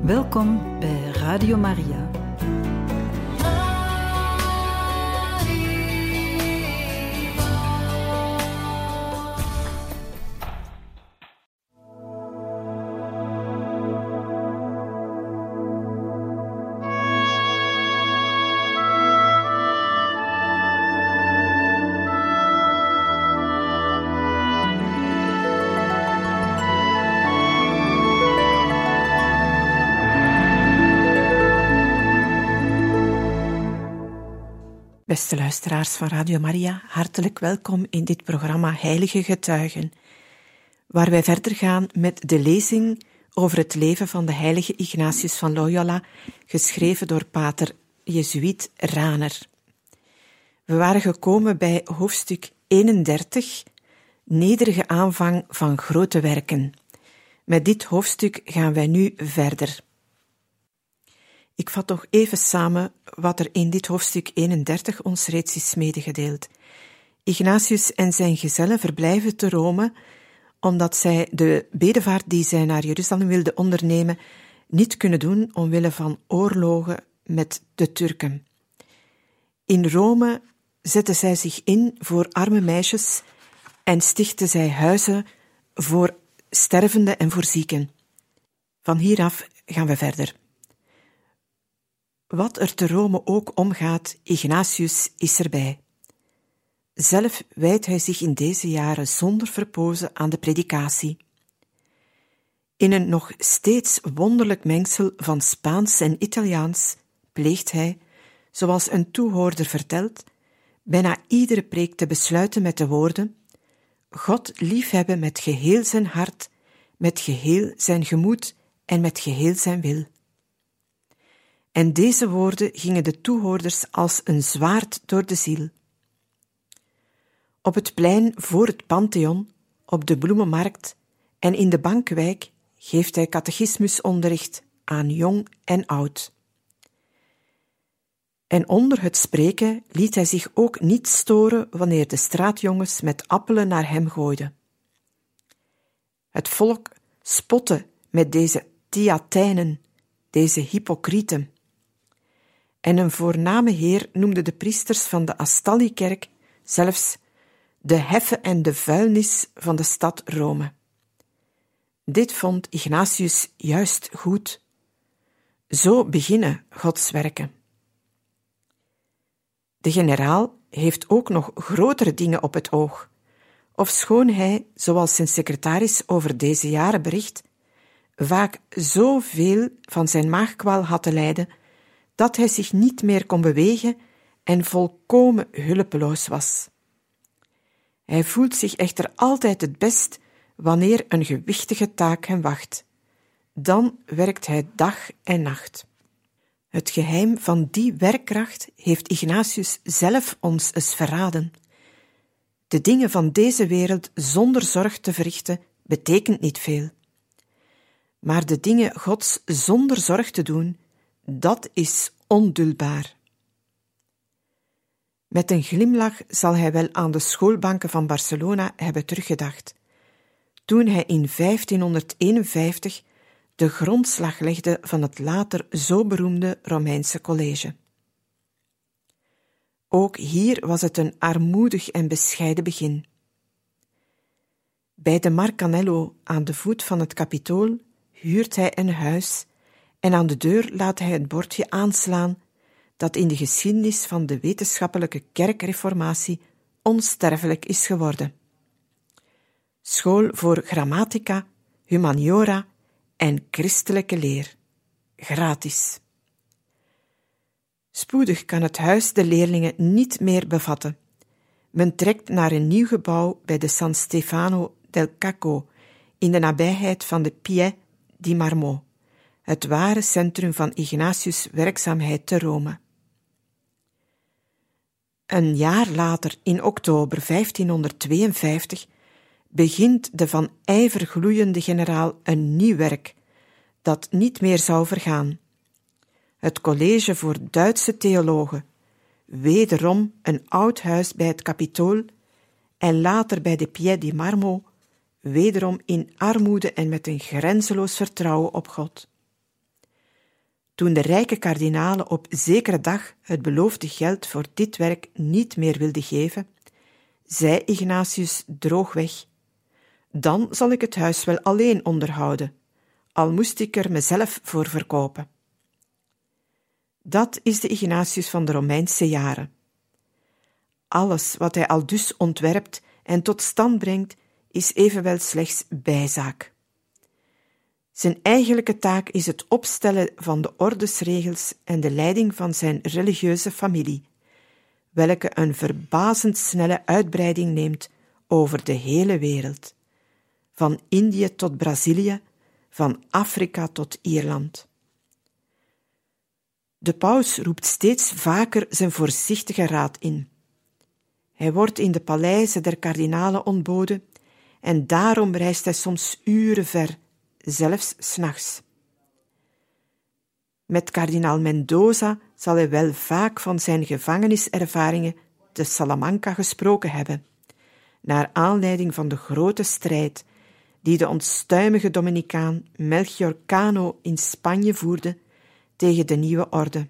Welkom bij Radio Maria. Beste luisteraars van Radio Maria, hartelijk welkom in dit programma Heilige Getuigen, waar wij verder gaan met de lezing over het leven van de heilige Ignatius van Loyola, geschreven door pater Jezuïet Raner. We waren gekomen bij hoofdstuk 31, nederige aanvang van grote werken. Met dit hoofdstuk gaan wij nu verder. Ik vat nog even samen wat er in dit hoofdstuk 31 ons reeds is medegedeeld. Ignatius en zijn gezellen verblijven te Rome, omdat zij de bedevaart die zij naar Jeruzalem wilden ondernemen, niet kunnen doen omwille van oorlogen met de Turken. In Rome zetten zij zich in voor arme meisjes en stichtten zij huizen voor stervenden en voor zieken. Van hieraf gaan we verder. Wat er te Rome ook omgaat, Ignatius is erbij. Zelf wijdt hij zich in deze jaren zonder verpozen aan de predikatie. In een nog steeds wonderlijk mengsel van Spaans en Italiaans pleegt hij, zoals een toehoorder vertelt, bijna iedere preek te besluiten met de woorden: God liefhebben met geheel zijn hart, met geheel zijn gemoed en met geheel zijn wil. En deze woorden gingen de toehoorders als een zwaard door de ziel. Op het plein voor het Pantheon, op de Bloemenmarkt en in de Bankwijk geeft hij catechismusonderricht aan jong en oud. En onder het spreken liet hij zich ook niet storen wanneer de straatjongens met appelen naar hem gooiden. Het volk spotte met deze Theatijnen, deze hypocrieten. En een voorname heer noemde de priesters van de Astallikerk zelfs de heffen en de vuilnis van de stad Rome. Dit vond Ignatius juist goed. Zo beginnen Gods werken. De generaal heeft ook nog grotere dingen op het oog, ofschoon hij, zoals zijn secretaris over deze jaren bericht, vaak zoveel van zijn maagkwaal had te lijden, dat hij zich niet meer kon bewegen en volkomen hulpeloos was. Hij voelt zich echter altijd het best wanneer een gewichtige taak hem wacht. Dan werkt hij dag en nacht. Het geheim van die werkkracht heeft Ignatius zelf ons eens verraden. De dingen van deze wereld zonder zorg te verrichten betekent niet veel. Maar de dingen Gods zonder zorg te doen, dat is onduldbaar. Met een glimlach zal hij wel aan de schoolbanken van Barcelona hebben teruggedacht, toen hij in 1551 de grondslag legde van het later zo beroemde Romeinse college. Ook hier was het een armoedig en bescheiden begin. Bij de Marcanello aan de voet van het Capitool huurt hij een huis en aan de deur laat hij het bordje aanslaan dat in de geschiedenis van de wetenschappelijke kerkreformatie onsterfelijk is geworden. School voor grammatica, humaniora en christelijke leer. Gratis. Spoedig kan het huis de leerlingen niet meer bevatten. Men trekt naar een nieuw gebouw bij de San Stefano del Cacco, in de nabijheid van de Piè di Marmo, het ware centrum van Ignatius' werkzaamheid te Rome. Een jaar later, in oktober 1552, begint de van ijver gloeiende generaal een nieuw werk, dat niet meer zou vergaan. Het college voor Duitse theologen, wederom een oud huis bij het Capitool en later bij de Piè di Marmo, wederom in armoede en met een grenzeloos vertrouwen op God. Toen de rijke kardinalen op zekere dag het beloofde geld voor dit werk niet meer wilden geven, zei Ignatius droogweg: dan zal ik het huis wel alleen onderhouden, al moest ik er mezelf voor verkopen. Dat is de Ignatius van de Romeinse jaren. Alles wat hij aldus ontwerpt en tot stand brengt, is evenwel slechts bijzaak. Zijn eigenlijke taak is het opstellen van de ordesregels en de leiding van zijn religieuze familie, welke een verbazend snelle uitbreiding neemt over de hele wereld, van Indië tot Brazilië, van Afrika tot Ierland. De paus roept steeds vaker zijn voorzichtige raad in. Hij wordt in de paleizen der kardinalen ontboden en daarom reist hij soms uren ver, zelfs 's nachts. Met kardinaal Mendoza zal hij wel vaak van zijn gevangeniservaringen te Salamanca gesproken hebben, naar aanleiding van de grote strijd die de onstuimige Dominicaan Melchior Cano in Spanje voerde tegen de nieuwe orde.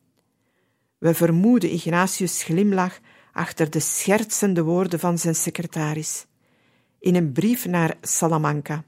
We vermoeden Ignatius' glimlach achter de schertsende woorden van zijn secretaris in een brief naar Salamanca.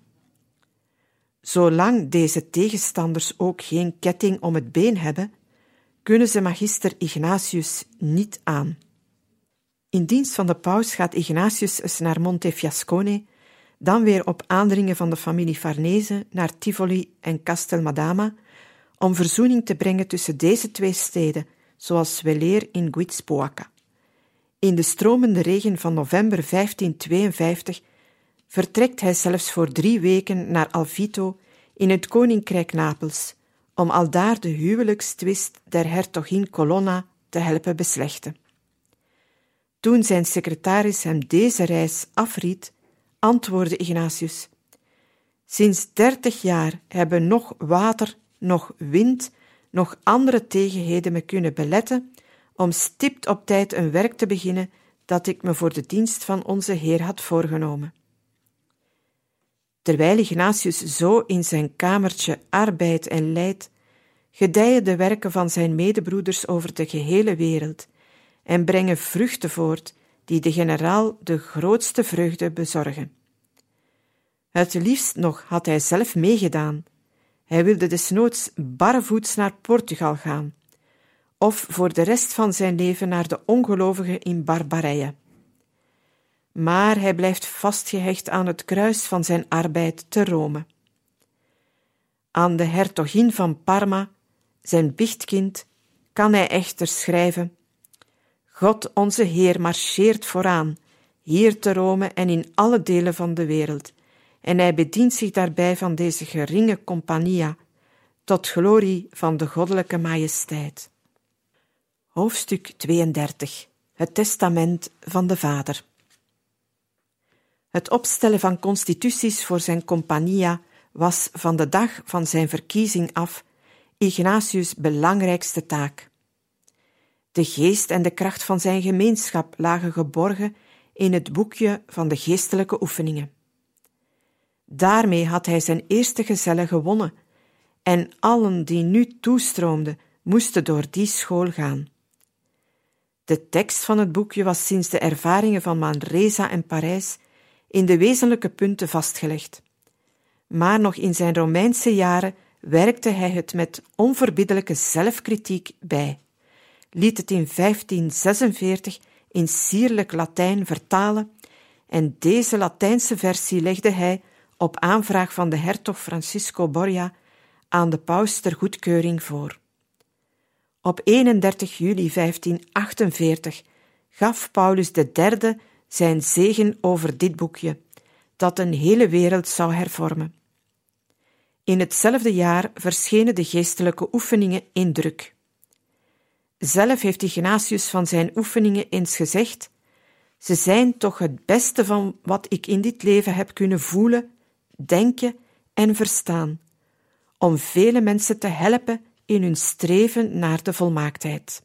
Zolang deze tegenstanders ook geen ketting om het been hebben, kunnen ze magister Ignatius niet aan. In dienst van de paus gaat Ignatius eens naar Montefiascone, dan weer op aandringen van de familie Farnese naar Tivoli en Castel Madama, om verzoening te brengen tussen deze twee steden, zoals weleer in Guizpoaca. In de stromende regen van november 1552 vertrekt hij zelfs voor 3 weken naar Alvito in het koninkrijk Napels, om aldaar de huwelijkstwist der hertogin Colonna te helpen beslechten. Toen zijn secretaris hem deze reis afried, antwoordde Ignatius: sinds 30 jaar hebben nog water, nog wind, nog andere tegenheden me kunnen beletten om stipt op tijd een werk te beginnen dat ik me voor de dienst van onze Heer had voorgenomen. Terwijl Ignatius zo in zijn kamertje arbeidt en lijdt, gedijen de werken van zijn medebroeders over de gehele wereld en brengen vruchten voort die de generaal de grootste vreugde bezorgen. Het liefst nog had hij zelf meegedaan. Hij wilde desnoods barvoets naar Portugal gaan, of voor de rest van zijn leven naar de ongelovigen in Barbarije. Maar hij blijft vastgehecht aan het kruis van zijn arbeid te Rome. Aan de hertogin van Parma, zijn biechtkind, kan hij echter schrijven: God onze Heer marcheert vooraan, hier te Rome en in alle delen van de wereld, en hij bedient zich daarbij van deze geringe compagnia, tot glorie van de goddelijke majesteit. Hoofdstuk 32. Het testament van de Vader. Het opstellen van constituties voor zijn compagnia was van de dag van zijn verkiezing af Ignatius' belangrijkste taak. De geest en de kracht van zijn gemeenschap lagen geborgen in het boekje van de geestelijke oefeningen. Daarmee had hij zijn eerste gezellen gewonnen en allen die nu toestroomden moesten door die school gaan. De tekst van het boekje was sinds de ervaringen van Manresa en Parijs in de wezenlijke punten vastgelegd. Maar nog in zijn Romeinse jaren werkte hij het met onverbiddelijke zelfkritiek bij, liet het in 1546 in sierlijk Latijn vertalen en deze Latijnse versie legde hij, op aanvraag van de hertog Francisco Borja, aan de paus ter goedkeuring voor. Op 31 juli 1548 gaf Paulus III zijn zegen over dit boekje, dat een hele wereld zou hervormen. In hetzelfde jaar verschenen de geestelijke oefeningen in druk. Zelf heeft Ignatius van zijn oefeningen eens gezegd: ze zijn toch het beste van wat ik in dit leven heb kunnen voelen, denken en verstaan, om vele mensen te helpen in hun streven naar de volmaaktheid.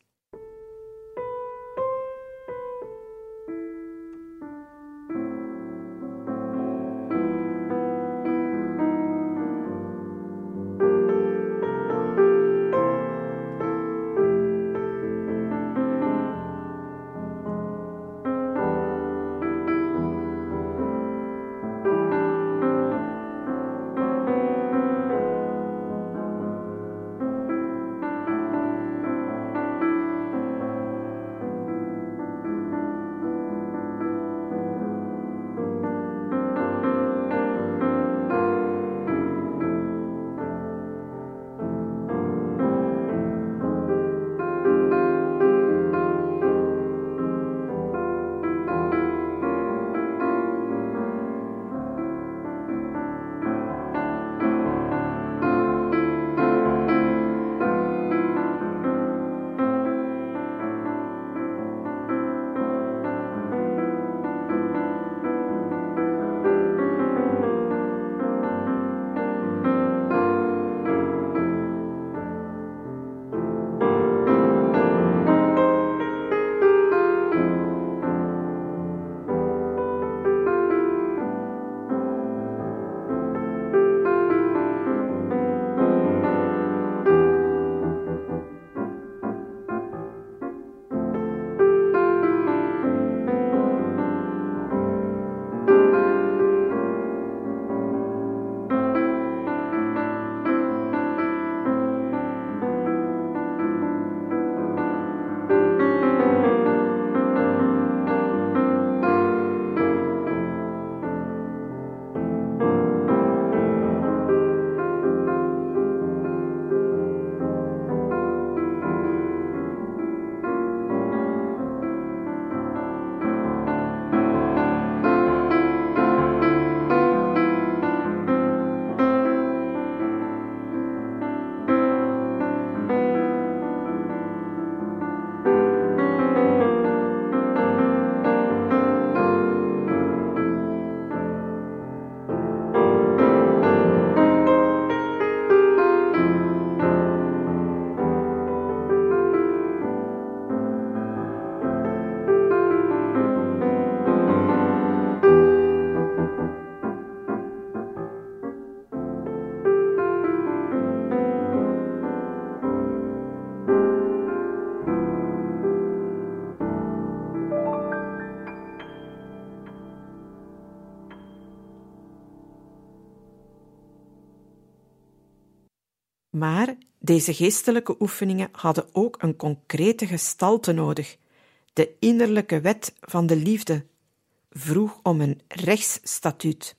Maar deze geestelijke oefeningen hadden ook een concrete gestalte nodig. De innerlijke wet van de liefde vroeg om een rechtsstatuut.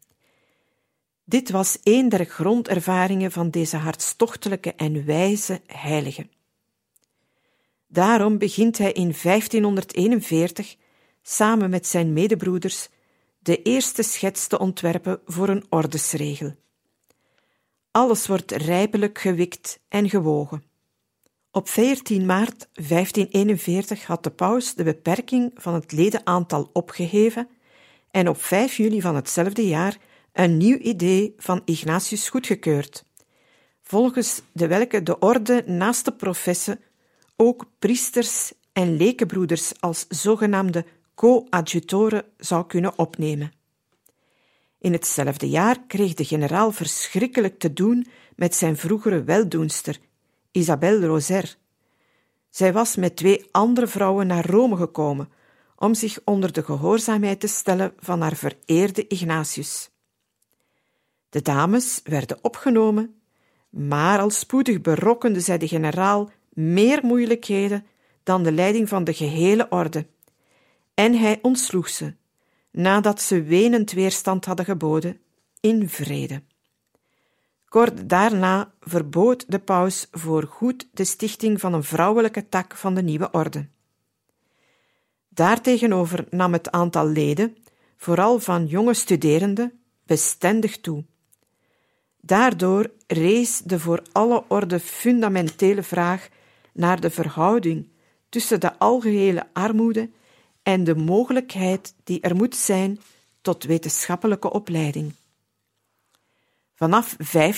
Dit was een der grondervaringen van deze hartstochtelijke en wijze heilige. Daarom begint hij in 1541 samen met zijn medebroeders de eerste schets te ontwerpen voor een ordesregel. Alles wordt rijpelijk gewikt en gewogen. Op 14 maart 1541 had de paus de beperking van het ledenaantal opgeheven en op 5 juli van hetzelfde jaar een nieuw idee van Ignatius goedgekeurd, volgens de welke de orde naast de professen ook priesters en lekenbroeders als zogenaamde coadjutoren zou kunnen opnemen. In hetzelfde jaar kreeg de generaal verschrikkelijk te doen met zijn vroegere weldoenster, Isabelle Roser. Zij was met 2 andere vrouwen naar Rome gekomen om zich onder de gehoorzaamheid te stellen van haar vereerde Ignatius. De dames werden opgenomen, maar al spoedig berokkende zij de generaal meer moeilijkheden dan de leiding van de gehele orde, en hij ontsloeg ze, nadat ze wenend weerstand hadden geboden, in vrede. Kort daarna verbood de paus voorgoed de stichting van een vrouwelijke tak van de nieuwe orde. Daartegenover nam het aantal leden, vooral van jonge studerenden, bestendig toe. Daardoor rees de voor alle orde fundamentele vraag naar de verhouding tussen de algehele armoede en de mogelijkheid die er moet zijn tot wetenschappelijke opleiding. Vanaf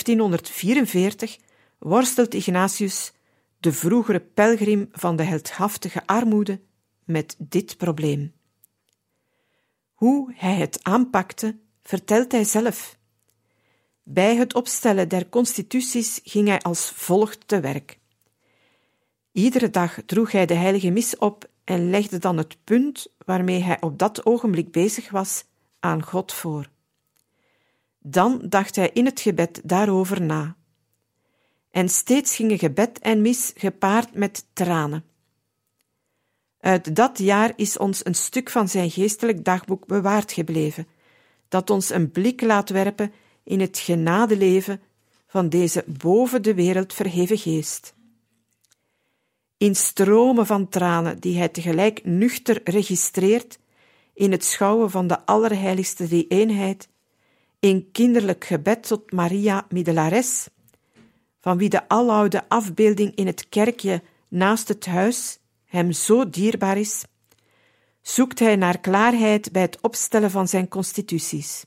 1544 worstelt Ignatius, de vroegere pelgrim van de heldhaftige armoede, met dit probleem. Hoe hij het aanpakte, vertelt hij zelf. Bij het opstellen der constituties ging hij als volgt te werk. Iedere dag droeg hij de heilige mis op en legde dan het punt waarmee hij op dat ogenblik bezig was aan God voor. Dan dacht hij in het gebed daarover na. En steeds gingen gebed en mis gepaard met tranen. Uit dat jaar is ons een stuk van zijn geestelijk dagboek bewaard gebleven, dat ons een blik laat werpen in het genadeleven van deze boven de wereld verheven geest. In stromen van tranen die hij tegelijk nuchter registreert, in het schouwen van de allerheiligste drie-eenheid, in kinderlijk gebed tot Maria Middelares, van wie de aloude afbeelding in het kerkje naast het huis hem zo dierbaar is, zoekt hij naar klaarheid bij het opstellen van zijn constituties.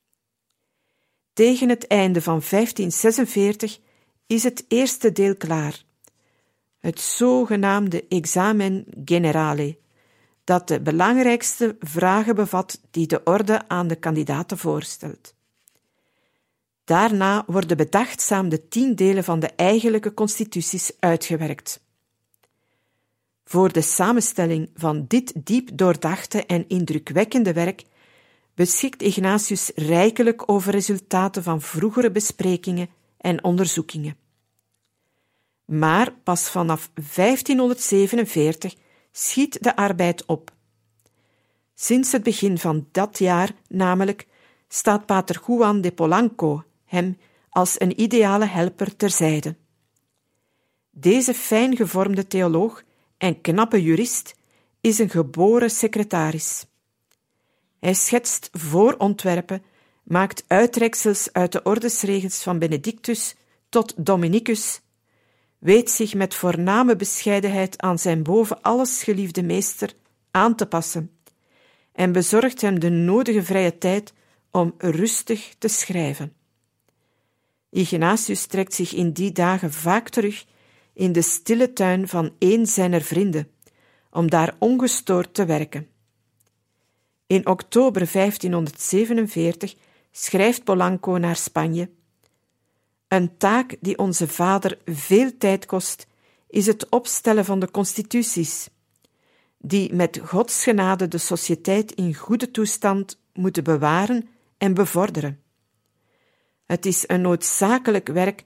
Tegen het einde van 1546 is het eerste deel klaar, het zogenaamde examen generale, dat de belangrijkste vragen bevat die de orde aan de kandidaten voorstelt. Daarna worden bedachtzaam de 10 delen van de eigenlijke constituties uitgewerkt. Voor de samenstelling van dit diep doordachte en indrukwekkende werk beschikt Ignatius rijkelijk over resultaten van vroegere besprekingen en onderzoekingen. Maar pas vanaf 1547 schiet de arbeid op. Sinds het begin van dat jaar namelijk staat pater Juan de Polanco hem als een ideale helper terzijde. Deze fijn gevormde theoloog en knappe jurist is een geboren secretaris. Hij schetst voorontwerpen, maakt uittreksels uit de ordesregels van Benedictus tot Dominicus, weet zich met voorname bescheidenheid aan zijn boven alles geliefde meester aan te passen en bezorgt hem de nodige vrije tijd om rustig te schrijven. Ignatius trekt zich in die dagen vaak terug in de stille tuin van een zijner vrienden, om daar ongestoord te werken. In oktober 1547 schrijft Polanco naar Spanje: een taak die onze vader veel tijd kost, is het opstellen van de constituties, die met Gods genade de sociëteit in goede toestand moeten bewaren en bevorderen. Het is een noodzakelijk werk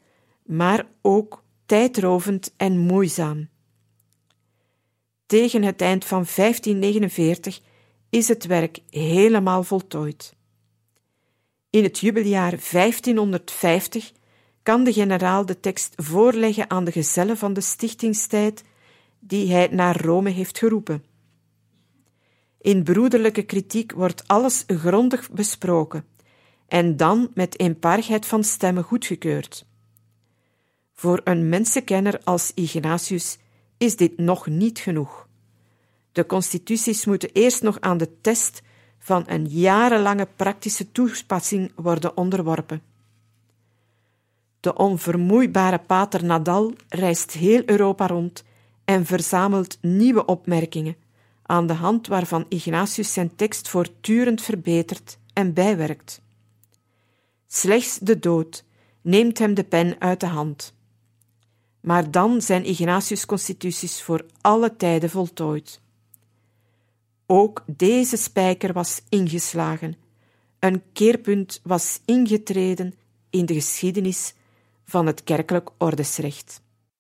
maar ook tijdrovend en moeizaam. Tegen het eind van 1549 is het werk helemaal voltooid. In het jubeljaar 1550 kan de generaal de tekst voorleggen aan de gezellen van de stichtingstijd die hij naar Rome heeft geroepen. In broederlijke kritiek wordt alles grondig besproken en dan met eenparigheid van stemmen goedgekeurd. Voor een mensenkenner als Ignatius is dit nog niet genoeg. De constituties moeten eerst nog aan de test van een jarenlange praktische toepassing worden onderworpen. De onvermoeibare pater Nadal reist heel Europa rond en verzamelt nieuwe opmerkingen, aan de hand waarvan Ignatius zijn tekst voortdurend verbetert en bijwerkt. Slechts de dood neemt hem de pen uit de hand. Maar dan zijn Ignatius' constituties voor alle tijden voltooid. Ook deze spijker was ingeslagen. Een keerpunt was ingetreden in de geschiedenis van het kerkelijk ordensrecht.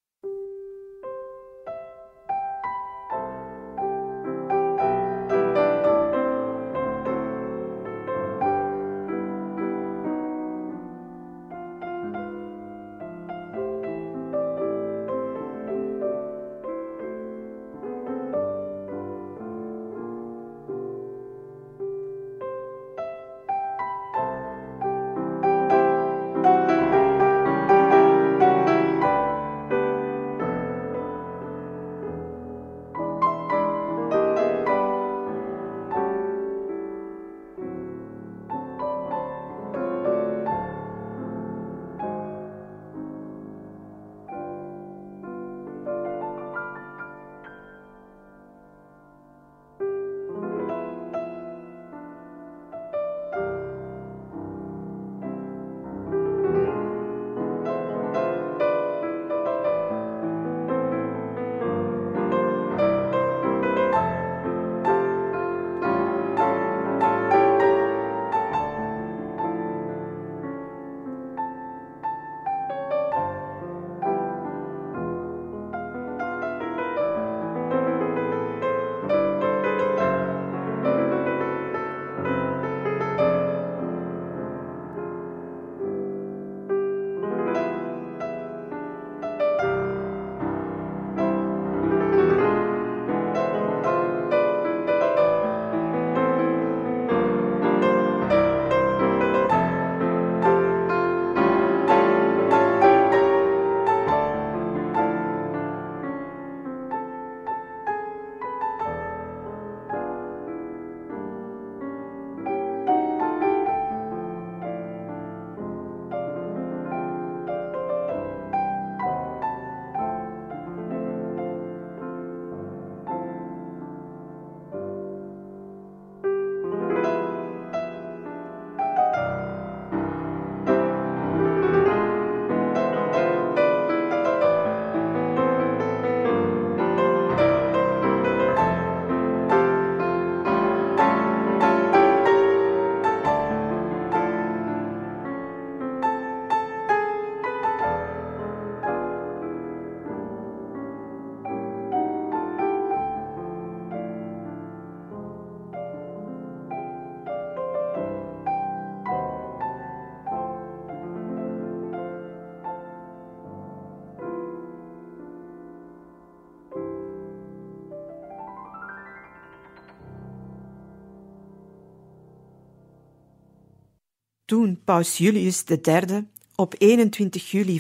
Toen paus Julius III op 21 juli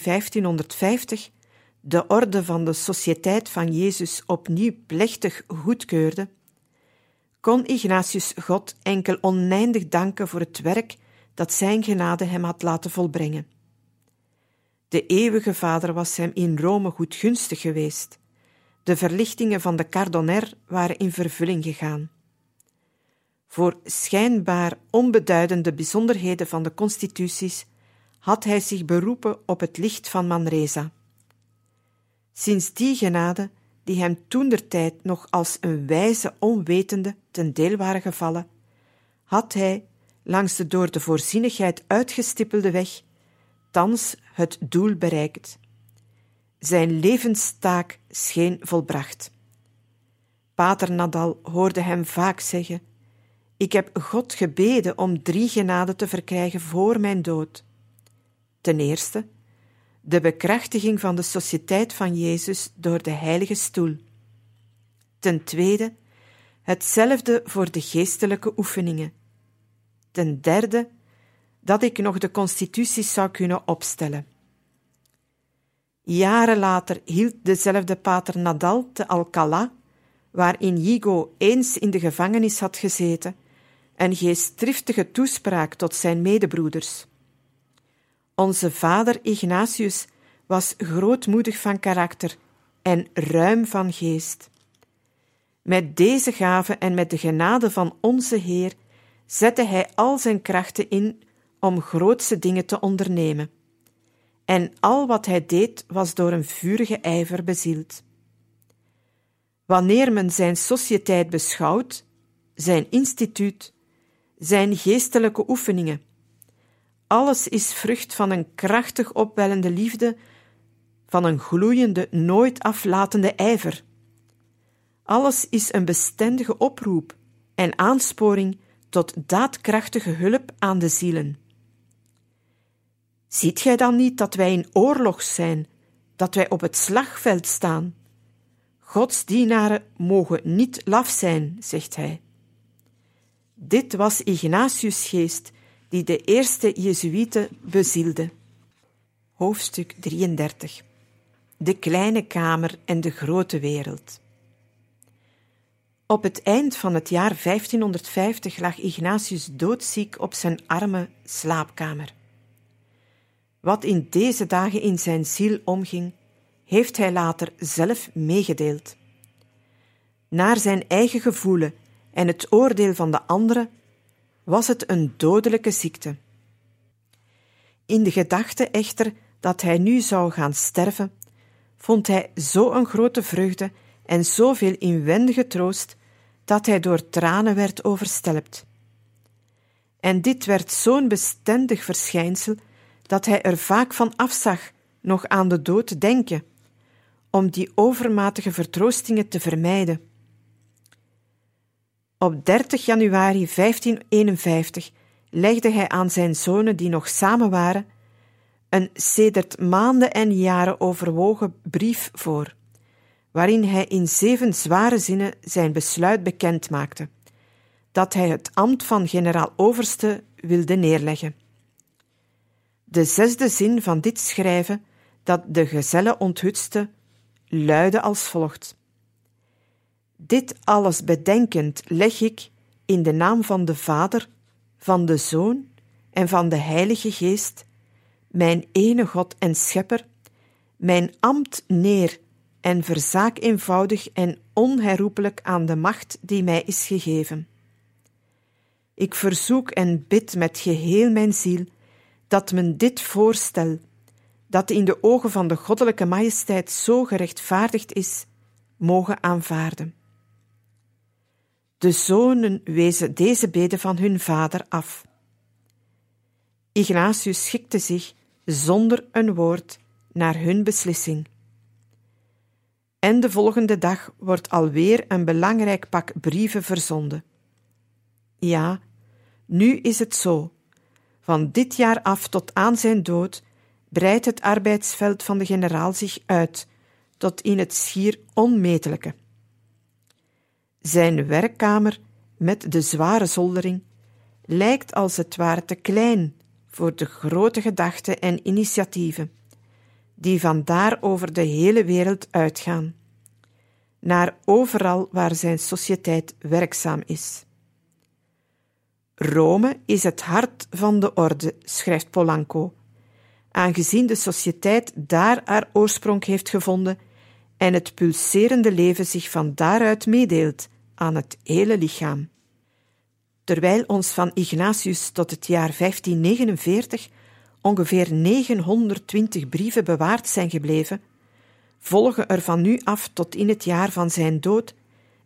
1550 de orde van de Sociëteit van Jezus opnieuw plechtig goedkeurde, kon Ignatius God enkel oneindig danken voor het werk dat zijn genade hem had laten volbrengen. De eeuwige Vader was hem in Rome goedgunstig geweest. De verlichtingen van de Cardonner waren in vervulling gegaan. Voor schijnbaar onbeduidende bijzonderheden van de constituties had hij zich beroepen op het licht van Manresa. Sinds die genade, die hem toentertijd nog als een wijze onwetende ten deel waren gevallen, had hij, langs de door de voorzienigheid uitgestippelde weg, thans het doel bereikt. Zijn levenstaak scheen volbracht. Pater Nadal hoorde hem vaak zeggen: ik heb God gebeden om 3 genaden te verkrijgen voor mijn dood. Ten eerste, de bekrachtiging van de sociëteit van Jezus door de Heilige Stoel. Ten tweede, hetzelfde voor de geestelijke oefeningen. Ten derde, dat ik nog de constituties zou kunnen opstellen. Jaren later hield dezelfde Pater Nadal te Alcalá, waar Íñigo eens in de gevangenis had gezeten, een geestdriftige toespraak tot zijn medebroeders. Onze vader Ignatius was grootmoedig van karakter en ruim van geest. Met deze gave en met de genade van onze Heer zette hij al zijn krachten in om grootse dingen te ondernemen. En al wat hij deed was door een vurige ijver bezield. Wanneer men zijn sociëteit beschouwt, zijn instituut, zijn geestelijke oefeningen, alles is vrucht van een krachtig opwellende liefde, van een gloeiende, nooit aflatende ijver. Alles is een bestendige oproep en aansporing tot daadkrachtige hulp aan de zielen. Ziet gij dan niet dat wij in oorlog zijn, dat wij op het slagveld staan? Gods dienaren mogen niet laf zijn, zegt hij. Dit was Ignatius' geest, die de eerste Jezuïeten bezielde. Hoofdstuk 33. De kleine kamer en de grote wereld. Op het eind van het jaar 1550 lag Ignatius doodziek op zijn arme slaapkamer. Wat in deze dagen in zijn ziel omging, heeft hij later zelf meegedeeld. Naar zijn eigen gevoelen en het oordeel van de anderen was het een dodelijke ziekte. In de gedachte echter dat hij nu zou gaan sterven, vond hij zo'n grote vreugde en zoveel inwendige troost, dat hij door tranen werd overstelpt. En dit werd zo'n bestendig verschijnsel, dat hij er vaak van afzag nog aan de dood te denken, om die overmatige vertroostingen te vermijden. Op 30 januari 1551 legde hij aan zijn zonen die nog samen waren een sedert maanden en jaren overwogen brief voor, waarin hij in 7 zware zinnen zijn besluit bekend maakte, dat hij het ambt van generaal-overste wilde neerleggen. De 6e zin van dit schrijven, dat de gezellen onthutste, luidde als volgt: dit alles bedenkend leg ik, in de naam van de Vader, van de Zoon en van de Heilige Geest, mijn ene God en Schepper, mijn ambt neer en verzaak eenvoudig en onherroepelijk aan de macht die mij is gegeven. Ik verzoek en bid met geheel mijn ziel dat men dit voorstel, dat in de ogen van de goddelijke majesteit zo gerechtvaardigd is, mogen aanvaarden. De zonen wezen deze bede van hun vader af. Ignatius schikte zich, zonder een woord, naar hun beslissing. En de volgende dag wordt alweer een belangrijk pak brieven verzonden. Ja, nu is het zo. Van dit jaar af tot aan zijn dood breidt het arbeidsveld van de generaal zich uit, tot in het schier onmetelijke. Zijn werkkamer, met de zware zoldering, lijkt als het ware te klein voor de grote gedachten en initiatieven, die vandaar over de hele wereld uitgaan, naar overal waar zijn sociëteit werkzaam is. Rome is het hart van de orde, schrijft Polanco, aangezien de sociëteit daar haar oorsprong heeft gevonden en het pulserende leven zich van daaruit meedeelt aan het hele lichaam. Terwijl ons van Ignatius tot het jaar 1549 ongeveer 920 brieven bewaard zijn gebleven, volgen er van nu af tot in het jaar van zijn dood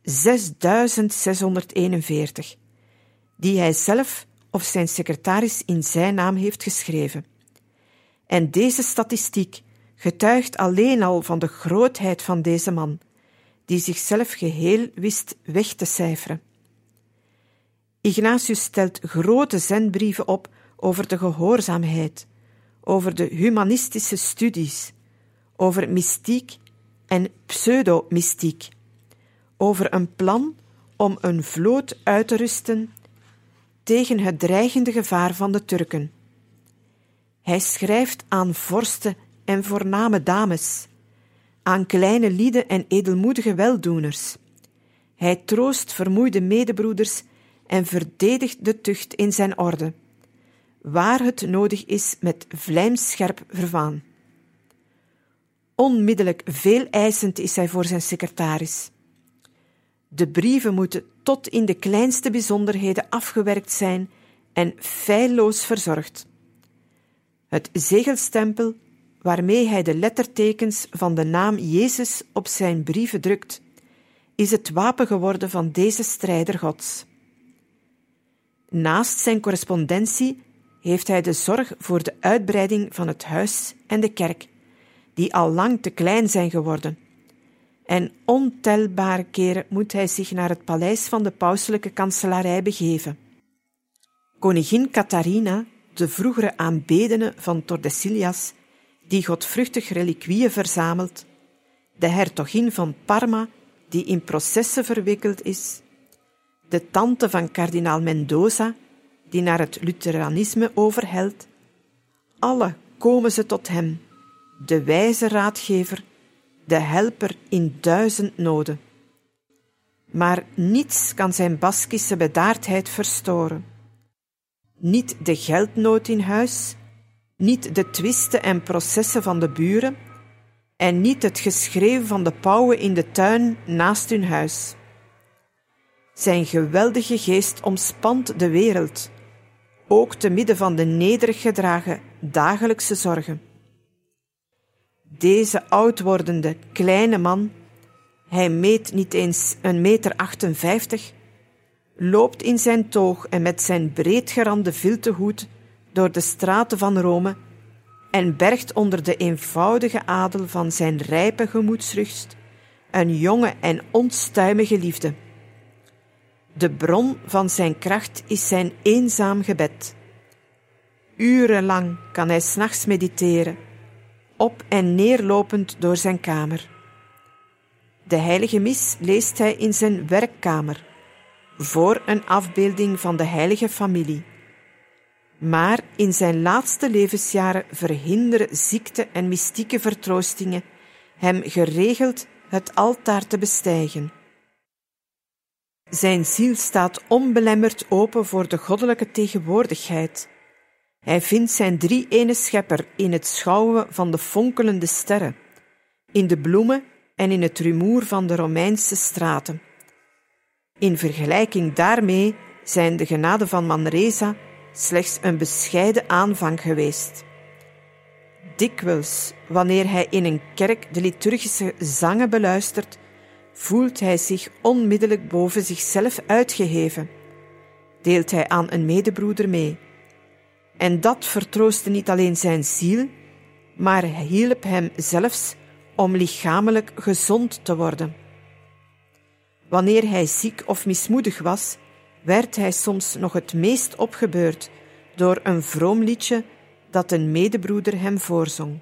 6641, die hij zelf of zijn secretaris in zijn naam heeft geschreven. En deze statistiek getuigt alleen al van de grootheid van deze man, die zichzelf geheel wist weg te cijferen. Ignatius stelt grote zendbrieven op over de gehoorzaamheid, over de humanistische studies, over mystiek en pseudomystiek, over een plan om een vloot uit te rusten tegen het dreigende gevaar van de Turken. Hij schrijft aan vorsten en voorname dames, aan kleine lieden en edelmoedige weldoeners. Hij troost vermoeide medebroeders en verdedigt de tucht in zijn orde, waar het nodig is met vlijmscherp verwaan. Onmiddellijk veeleisend is hij voor zijn secretaris. De brieven moeten tot in de kleinste bijzonderheden afgewerkt zijn en feilloos verzorgd. Het zegelstempel waarmee hij de lettertekens van de naam Jezus op zijn brieven drukt, is het wapen geworden van deze strijder Gods. Naast zijn correspondentie heeft hij de zorg voor de uitbreiding van het huis en de kerk, die al lang te klein zijn geworden. En ontelbare keren moet hij zich naar het paleis van de pauselijke kanselarij begeven. Koningin Catharina, de vroegere aanbedene van Tordesillas, die godvruchtig reliquieën verzamelt, de hertogin van Parma, die in processen verwikkeld is, de tante van kardinaal Mendoza, die naar het Lutheranisme overhelt, alle komen ze tot hem, de wijze raadgever, de helper in 1000 noden. Maar niets kan zijn Baskische bedaardheid verstoren. Niet de geldnood in huis, niet de twisten en processen van de buren en niet het geschreeuw van de pauwen in de tuin naast hun huis. Zijn geweldige geest omspant de wereld, ook te midden van de nederig gedragen dagelijkse zorgen. Deze oud wordende kleine man, hij meet niet eens 1,58 meter, loopt in zijn toog en met zijn breedgerande viltenhoed door de straten van Rome en bergt onder de eenvoudige adel van zijn rijpe gemoedsrust een jonge en onstuimige liefde. De bron van zijn kracht is zijn eenzaam gebed. Urenlang kan hij 's nachts mediteren, op en neerlopend door zijn kamer. De heilige mis leest hij in zijn werkkamer, voor een afbeelding van de heilige familie. Maar in zijn laatste levensjaren verhinderen ziekte en mystieke vertroostingen hem geregeld het altaar te bestijgen. Zijn ziel staat onbelemmerd open voor de goddelijke tegenwoordigheid. Hij vindt zijn drie-ene schepper in het schouwen van de fonkelende sterren, in de bloemen en in het rumoer van de Romeinse straten. In vergelijking daarmee zijn de genaden van Manresa slechts een bescheiden aanvang geweest. Dikwijls, wanneer hij in een kerk de liturgische zangen beluistert, voelt hij zich onmiddellijk boven zichzelf uitgeheven. Deelt hij aan een medebroeder mee. En dat vertroostte niet alleen zijn ziel, maar hielp hem zelfs om lichamelijk gezond te worden. Wanneer hij ziek of mismoedig was, werd hij soms nog het meest opgebeurd door een vroom liedje dat een medebroeder hem voorzong.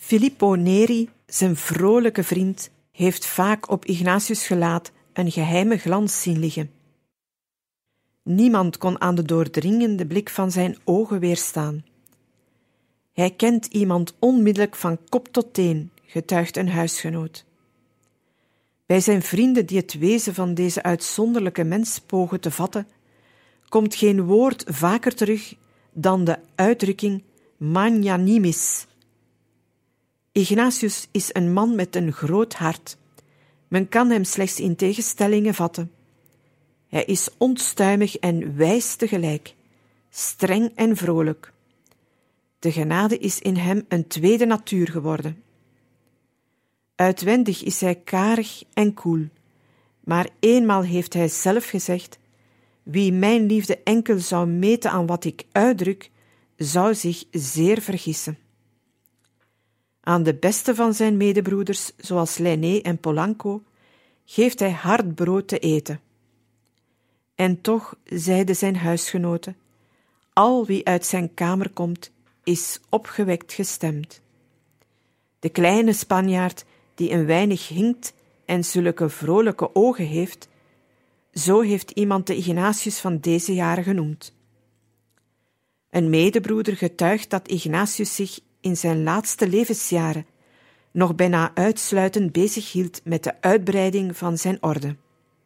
Filippo Neri, zijn vrolijke vriend, heeft vaak op Ignatius' gelaat een geheime glans zien liggen. Niemand kon aan de doordringende blik van zijn ogen weerstaan. Hij kent iemand onmiddellijk van kop tot teen, getuigt een huisgenoot. Bij zijn vrienden die het wezen van deze uitzonderlijke mens pogen te vatten, komt geen woord vaker terug dan de uitdrukking magnanimis. Ignatius is een man met een groot hart. Men kan hem slechts in tegenstellingen vatten. Hij is onstuimig en wijs tegelijk, streng en vrolijk. De genade is in hem een tweede natuur geworden. Uitwendig is hij karig en koel, maar eenmaal heeft hij zelf gezegd: wie mijn liefde enkel zou meten aan wat ik uitdruk, zou zich zeer vergissen. Aan de beste van zijn medebroeders, zoals Lainé en Polanco, geeft hij hard brood te eten. En toch, zeiden zijn huisgenoten, al wie uit zijn kamer komt, is opgewekt gestemd. De kleine Spanjaard, die een weinig hinkt en zulke vrolijke ogen heeft, zo heeft iemand de Ignatius van deze jaren genoemd. Een medebroeder getuigt dat Ignatius zich in zijn laatste levensjaren nog bijna uitsluitend bezighield met de uitbreiding van zijn orde.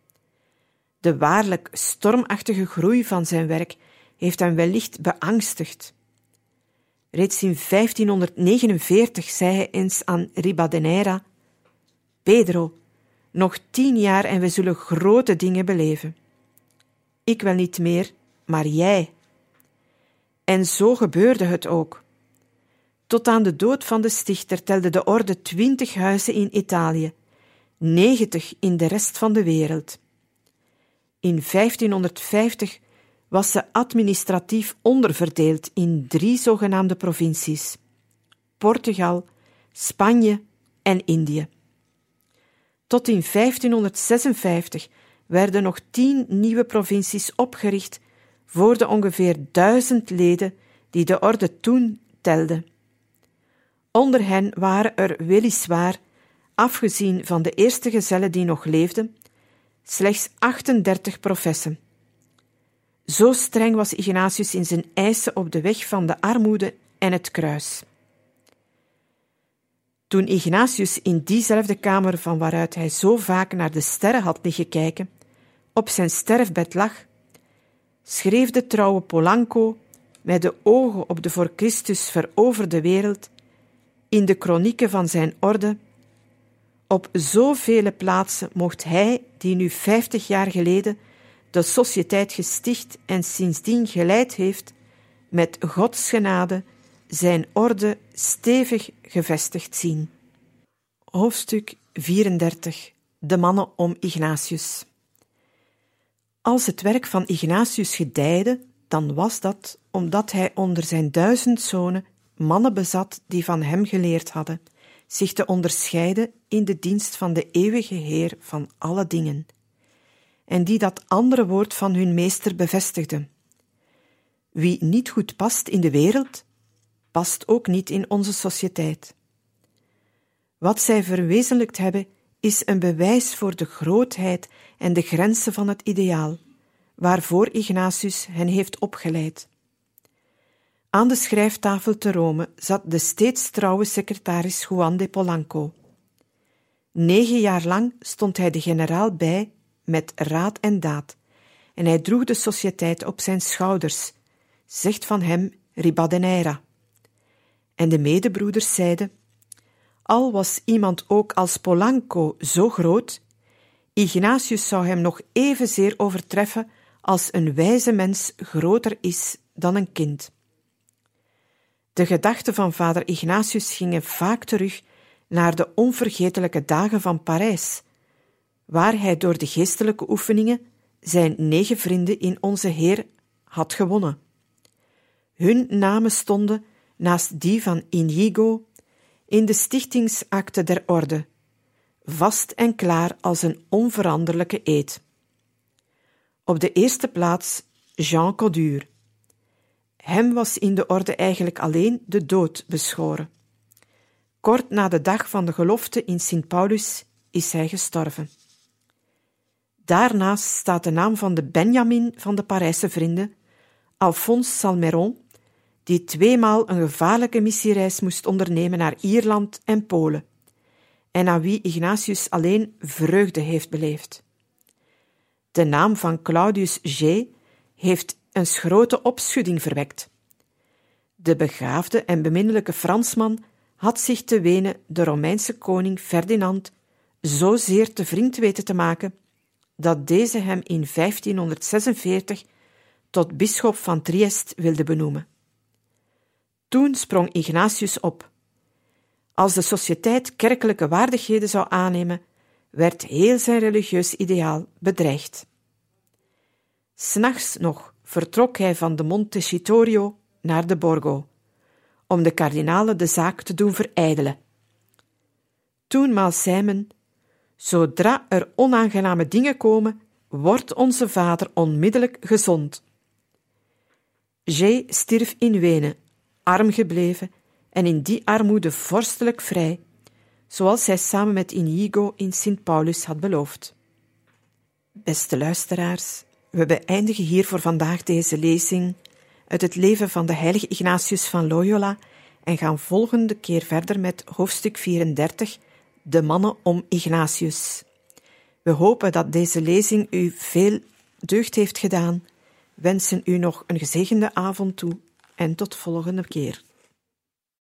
De waarlijk stormachtige groei van zijn werk heeft hem wellicht beangstigd. Reeds in 1549 zei hij eens aan Ribadeneira: Pedro, nog 10 jaar en we zullen grote dingen beleven. Ik wel niet meer, maar jij. En zo gebeurde het ook. Tot aan de dood van de stichter telde de orde 20 huizen in Italië, 90 in de rest van de wereld. In 1550 was ze administratief onderverdeeld in 3 zogenaamde provincies: Portugal, Spanje en Indië. Tot in 1556 werden nog 10 nieuwe provincies opgericht voor de ongeveer 1000 leden die de orde toen telde. Onder hen waren er weliswaar, afgezien van de eerste gezellen die nog leefden, slechts 38 professen. Zo streng was Ignatius in zijn eisen op de weg van de armoede en het kruis. Toen Ignatius in diezelfde kamer van waaruit hij zo vaak naar de sterren had liggen kijken, op zijn sterfbed lag, schreef de trouwe Polanco, met de ogen op de voor Christus veroverde wereld, in de kronieken van zijn orde: op zoveel plaatsen mocht hij, die nu 50 jaar geleden de sociëteit gesticht en sindsdien geleid heeft, met Gods genade zijn orde stevig gevestigd zien. Hoofdstuk 34. De mannen om Ignatius. Als het werk van Ignatius gedijde, dan was dat omdat hij onder zijn 1000 zonen mannen bezat die van hem geleerd hadden zich te onderscheiden in de dienst van de eeuwige Heer van alle dingen, en die dat andere woord van hun meester bevestigden: wie niet goed past in de wereld, past ook niet in onze sociëteit. Wat zij verwezenlijkt hebben, is een bewijs voor de grootheid en de grenzen van het ideaal, waarvoor Ignatius hen heeft opgeleid. Aan de schrijftafel te Rome zat de steeds trouwe secretaris Juan de Polanco. 9 jaar lang stond hij de generaal bij met raad en daad, en hij droeg de sociëteit op zijn schouders, zegt van hem Ribadeneira. En de medebroeders zeiden: al was iemand ook als Polanco zo groot, Ignatius zou hem nog evenzeer overtreffen als een wijze mens groter is dan een kind. De gedachten van vader Ignatius gingen vaak terug naar de onvergetelijke dagen van Parijs, waar hij door de geestelijke oefeningen zijn 9 vrienden in onze Heer had gewonnen. Hun namen stonden, naast die van Inigo, in de stichtingsakte der orde, vast en klaar als een onveranderlijke eed. Op de eerste plaats Jean Codure. Hem was in de orde eigenlijk alleen de dood beschoren. Kort na de dag van de gelofte in Sint Paulus is hij gestorven. Daarnaast staat de naam van de Benjamin van de Parijse vrienden, Alphonse Salmeron, die 2 maal een gevaarlijke missiereis moest ondernemen naar Ierland en Polen, en aan wie Ignatius alleen vreugde heeft beleefd. De naam van Claudius G. heeft een grote opschudding verwekt. De begaafde en beminnelijke Fransman had zich te Wenen de Romeinse koning Ferdinand zozeer te vriend weten te maken, dat deze hem in 1546 tot bisschop van Triest wilde benoemen. Toen sprong Ignatius op. Als de sociëteit kerkelijke waardigheden zou aannemen, werd heel zijn religieus ideaal bedreigd. 'S Nachts nog vertrok hij van de Montecitorio naar de Borgo, om de kardinalen de zaak te doen verijdelen. Toenmaal zei men: zodra er onaangename dingen komen, wordt onze vader onmiddellijk gezond. G. stierf in Wenen, arm gebleven en in die armoede vorstelijk vrij, zoals hij samen met Inigo in Sint Paulus had beloofd. Beste luisteraars, we beëindigen hier voor vandaag deze lezing uit het leven van de heilige Ignatius van Loyola en gaan volgende keer verder met hoofdstuk 34, de mannen om Ignatius. We hopen dat deze lezing u veel deugd heeft gedaan, wensen u nog een gezegende avond toe en tot volgende keer.